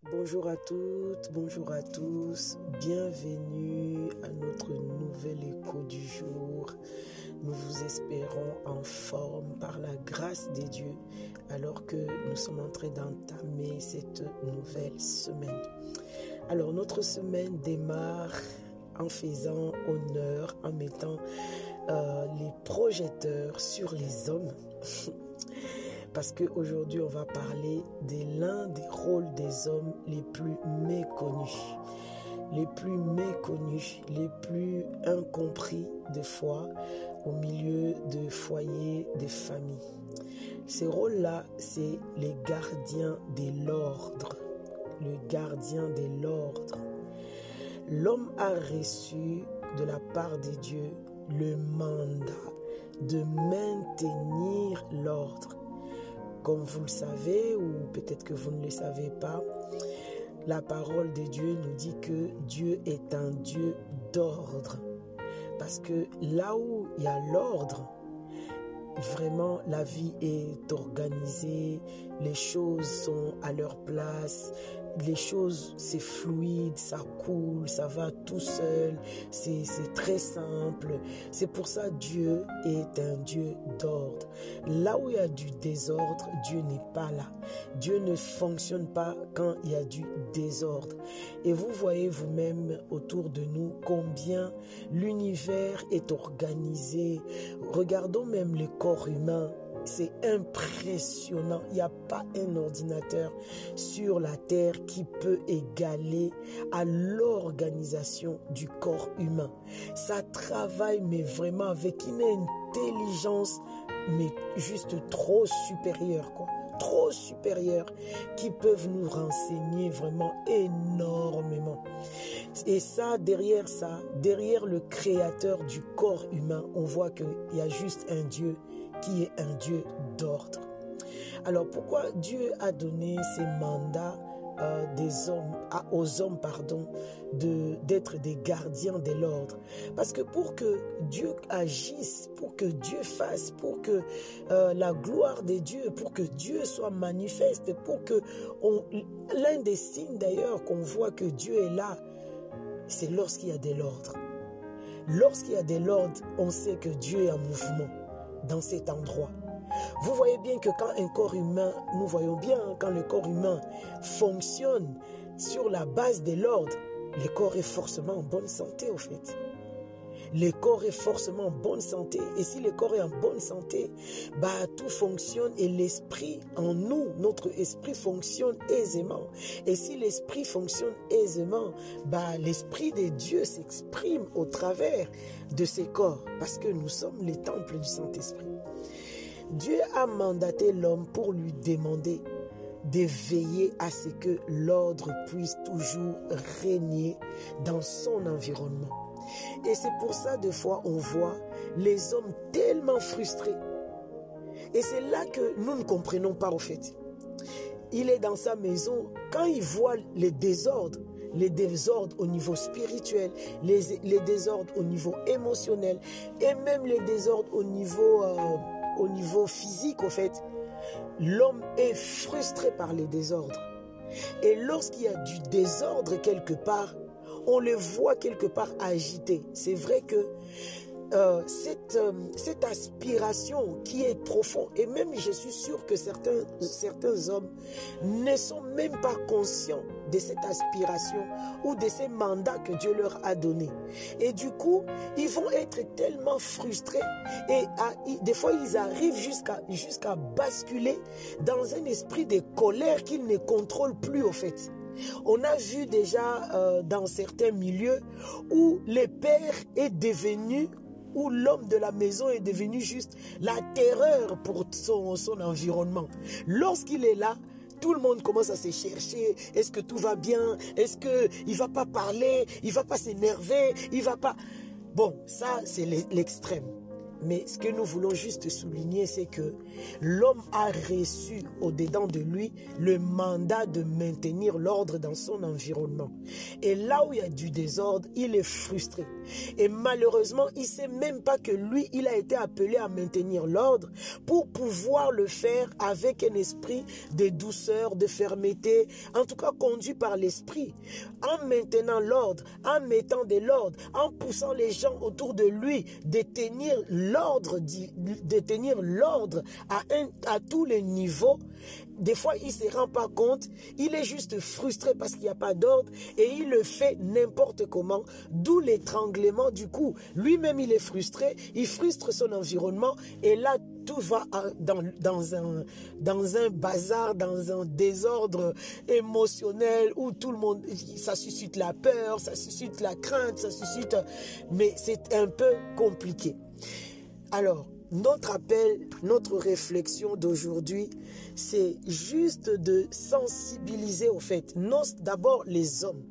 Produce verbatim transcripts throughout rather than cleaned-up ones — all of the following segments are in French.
Bonjour à toutes, bonjour à tous, bienvenue à notre nouvel écho du jour. Nous vous espérons en forme par la grâce de Dieu alors que nous sommes en train d'entamer cette nouvelle semaine. Alors notre semaine démarre en faisant honneur, en mettant euh, les projecteurs sur les hommes. Parce qu'aujourd'hui, on va parler de l'un des rôles des hommes les plus méconnus. Les plus méconnus, les plus incompris des fois au milieu de foyers, des familles. Ces rôles-là, c'est les gardiens de l'ordre. Le gardien de l'ordre. L'homme a reçu de la part de Dieu le mandat de maintenir l'ordre. Comme vous le savez, ou peut-être que vous ne le savez pas, la parole de Dieu nous dit que Dieu est un Dieu d'ordre. Parce que là où il y a l'ordre, vraiment la vie est organisée, les choses sont à leur place, les choses c'est fluide, ça coule, ça va tout seul, c'est très simple. C'est pour ça que Dieu est un Dieu d'ordre. Là où il y a du désordre, Dieu n'est pas là. Dieu ne fonctionne pas quand il y a du désordre. Et vous voyez vous-même autour de nous combien l'univers est organisé. Regardons même le corps humain. C'est impressionnant. Il n'y a pas un ordinateur sur la terre qui peut égaler à l'organisation du corps humain. Ça travaille, mais vraiment avec une intelligence, mais juste trop supérieure, quoi. Trop supérieure, qui peuvent nous renseigner vraiment énormément. Et ça, derrière ça, derrière le créateur du corps humain, on voit qu'il y a juste un Dieu qui est un Dieu d'ordre. Alors pourquoi Dieu a donné ces mandats euh, des hommes, à, aux hommes pardon, de, d'être des gardiens de l'ordre? Parce que pour que Dieu agisse, pour que Dieu fasse, pour que euh, la gloire de Dieu, pour que Dieu soit manifeste, pour que on, l'un des signes d'ailleurs qu'on voit que Dieu est là, c'est lorsqu'il y a de l'ordre. Lorsqu'il y a de l'ordre, on sait que Dieu est en mouvement dans cet endroit. Vous voyez bien que quand un corps humain, nous voyons bien quand le corps humain fonctionne sur la base de l'ordre, le corps est forcément en bonne santé au fait. Le corps est forcément en bonne santé. Et si le corps est en bonne santé, bah, tout fonctionne et l'esprit en nous, notre esprit fonctionne aisément. Et si l'esprit fonctionne aisément, bah, l'esprit de Dieu s'exprime au travers de ces corps. Parce que nous sommes les temples du Saint-Esprit. Dieu a mandaté l'homme pour lui demander de veiller à ce que l'ordre puisse toujours régner dans son environnement. Et c'est pour ça, des fois, on voit les hommes tellement frustrés. Et c'est là que nous ne comprenons pas, au fait. Il est dans sa maison, quand il voit les désordres, les désordres au niveau spirituel, les, les désordres au niveau émotionnel, et même les désordres au niveau, euh, au niveau physique, au fait, l'homme est frustré par les désordres. Et lorsqu'il y a du désordre quelque part, on le voit quelque part agité. C'est vrai que euh, cette, euh, cette aspiration qui est profonde, et même je suis sûr que certains, certains hommes ne sont même pas conscients de cette aspiration ou de ces mandats que Dieu leur a donnés. Et du coup, ils vont être tellement frustrés et à, des fois ils arrivent jusqu'à jusqu'à basculer dans un esprit de colère qu'ils ne contrôlent plus au fait. On a vu déjà euh, dans certains milieux où le père est devenu, où l'homme de la maison est devenu juste la terreur pour son, son environnement. Lorsqu'il est là, tout le monde commence à se chercher. Est-ce que tout va bien? Est-ce qu'il ne va pas parler? Il ne va pas s'énerver? Il va pas... Bon, ça c'est l'extrême. Mais ce que nous voulons juste souligner, c'est que l'homme a reçu au-dedans de lui le mandat de maintenir l'ordre dans son environnement. Et là où il y a du désordre, il est frustré. Et malheureusement, il ne sait même pas que lui, il a été appelé à maintenir l'ordre pour pouvoir le faire avec un esprit de douceur, de fermeté, en tout cas conduit par l'esprit. En maintenant l'ordre, en mettant de l'ordre, en poussant les gens autour de lui, de tenir l'ordre, de tenir l'ordre à, un, à tous les niveaux. Des fois, il ne se rend pas compte, il est juste frustré parce qu'il n'y a pas d'ordre et il le fait n'importe comment, d'où l'étranglement du coup. Lui-même, il est frustré, il frustre son environnement et là, tout va dans, dans, un, dans un bazar, dans un désordre émotionnel où tout le monde, ça suscite la peur, ça suscite la crainte, ça suscite... Mais c'est un peu compliqué. Alors, notre appel, notre réflexion d'aujourd'hui, c'est juste de sensibiliser au fait, d'abord les hommes.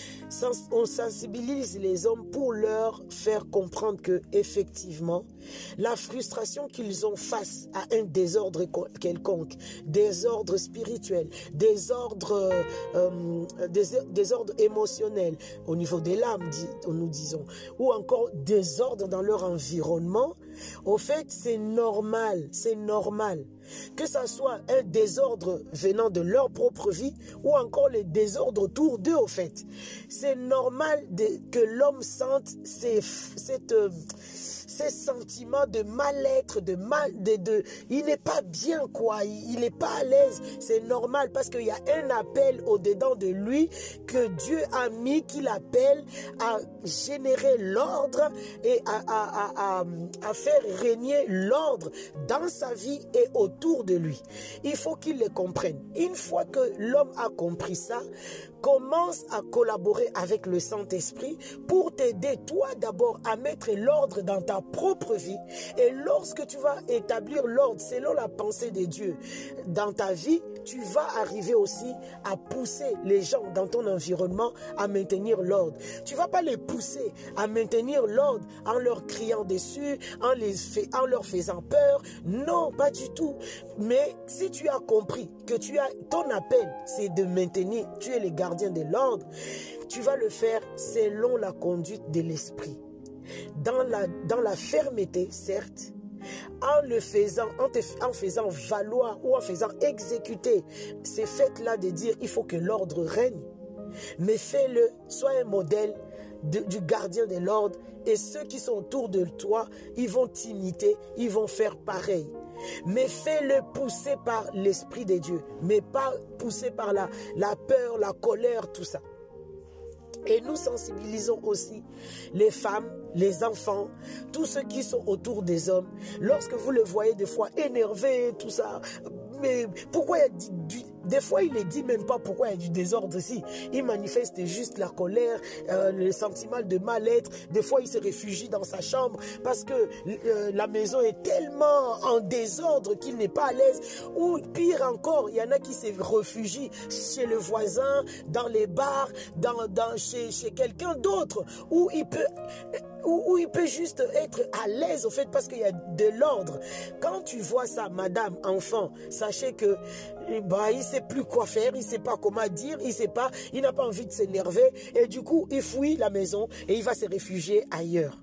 On sensibilise les hommes pour leur faire comprendre que effectivement la frustration qu'ils ont face à un désordre quelconque, désordre spirituel, désordre, euh, désordre émotionnel au niveau des l'âme, nous disons, ou encore désordre dans leur environnement, au fait c'est normal, c'est normal. Que ce soit un désordre venant de leur propre vie ou encore les désordres autour d'eux, au fait. C'est normal de, que l'homme sente ces, cette, ces sentiments de mal-être, de mal, de, de, il n'est pas bien, quoi. Il n'est pas à l'aise. C'est normal parce qu'il y a un appel au-dedans de lui que Dieu a mis, qu'il appelle à générer l'ordre et à, à, à, à faire régner l'ordre dans sa vie et autour autour de lui. Il faut qu'il le comprenne. Une fois que l'homme a compris ça, commence à collaborer avec le Saint-Esprit pour t'aider toi d'abord à mettre l'ordre dans ta propre vie. Et lorsque tu vas établir l'ordre selon la pensée de Dieu dans ta vie, tu vas arriver aussi à pousser les gens dans ton environnement à maintenir l'ordre. Tu ne vas pas les pousser à maintenir l'ordre en leur criant dessus, en, les fait, en leur faisant peur. Non, pas du tout. Mais si tu as compris que tu as ton appel, c'est de maintenir, tu es le gardien de l'ordre, tu vas le faire selon la conduite de l'esprit. Dans la, dans la fermeté, certes, en le faisant, en, te, en faisant valoir ou en faisant exécuter ces faits-là de dire il faut que l'ordre règne. Mais fais-le, sois un modèle de, du gardien de l'ordre et ceux qui sont autour de toi, ils vont t'imiter, ils vont faire pareil. Mais fais-le pousser par l'Esprit de Dieu, mais pas pousser par la, la peur, la colère, tout ça. Et nous sensibilisons aussi les femmes, les enfants, tous ceux qui sont autour des hommes. Lorsque vous le voyez des fois énervé, tout ça, mais pourquoi il y a du, du, des fois il ne dit même pas pourquoi il y a du désordre ici. Il manifeste juste la colère, euh, le sentiment de mal-être. Des fois il se réfugie dans sa chambre parce que euh, la maison est tellement en désordre qu'il n'est pas à l'aise. Ou pire encore, il y en a qui se réfugient chez le voisin, dans les bars, dans, dans, chez, chez quelqu'un d'autre, où il peut... Où, où il peut juste être à l'aise au fait parce qu'il y a de l'ordre. Quand tu vois ça, madame, enfant, sachez que bah, il ne sait plus quoi faire, il ne sait pas comment dire, il sait pas, il n'a pas envie de s'énerver et du coup, il fuit la maison et il va se réfugier ailleurs.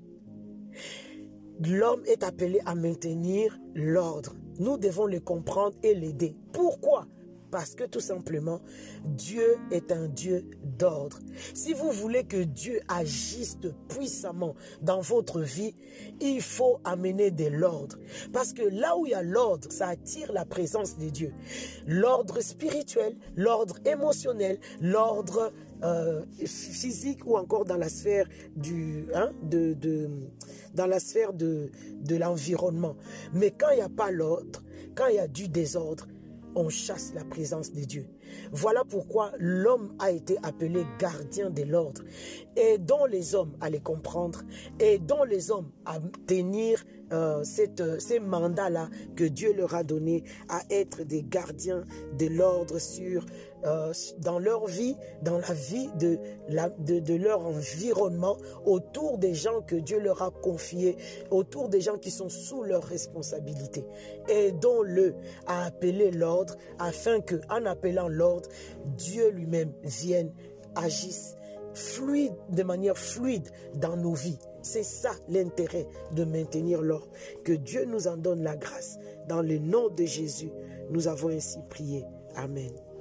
L'homme est appelé à maintenir l'ordre. Nous devons le comprendre et l'aider. Pourquoi ? Parce que tout simplement, Dieu est un Dieu d'ordre. Si vous voulez que Dieu agisse puissamment dans votre vie, il faut amener de l'ordre. Parce que là où il y a l'ordre, ça attire la présence de Dieu. L'ordre spirituel, l'ordre émotionnel, l'ordre euh, physique ou encore dans la sphère du, hein, de, de, dans la sphère de, de l'environnement. Mais quand il n'y a pas l'ordre, quand il y a du désordre, on chasse la présence de Dieu. Voilà pourquoi l'homme a été appelé gardien de l'ordre. Aidons les hommes à les comprendre. Aidons les hommes à tenir euh, cette, euh, ces mandats-là que Dieu leur a donnés à être des gardiens de l'ordre sur euh, dans leur vie, dans la vie de, la, de, de leur environnement, autour des gens que Dieu leur a confiés, autour des gens qui sont sous leur responsabilité. Aidons-le à appeler l'ordre, afin que, en appelant l'ordre, Dieu lui-même vienne, agisse fluide, de manière fluide dans nos vies. C'est ça l'intérêt de maintenir l'ordre. Que Dieu nous en donne la grâce. Dans le nom de Jésus, nous avons ainsi prié. Amen.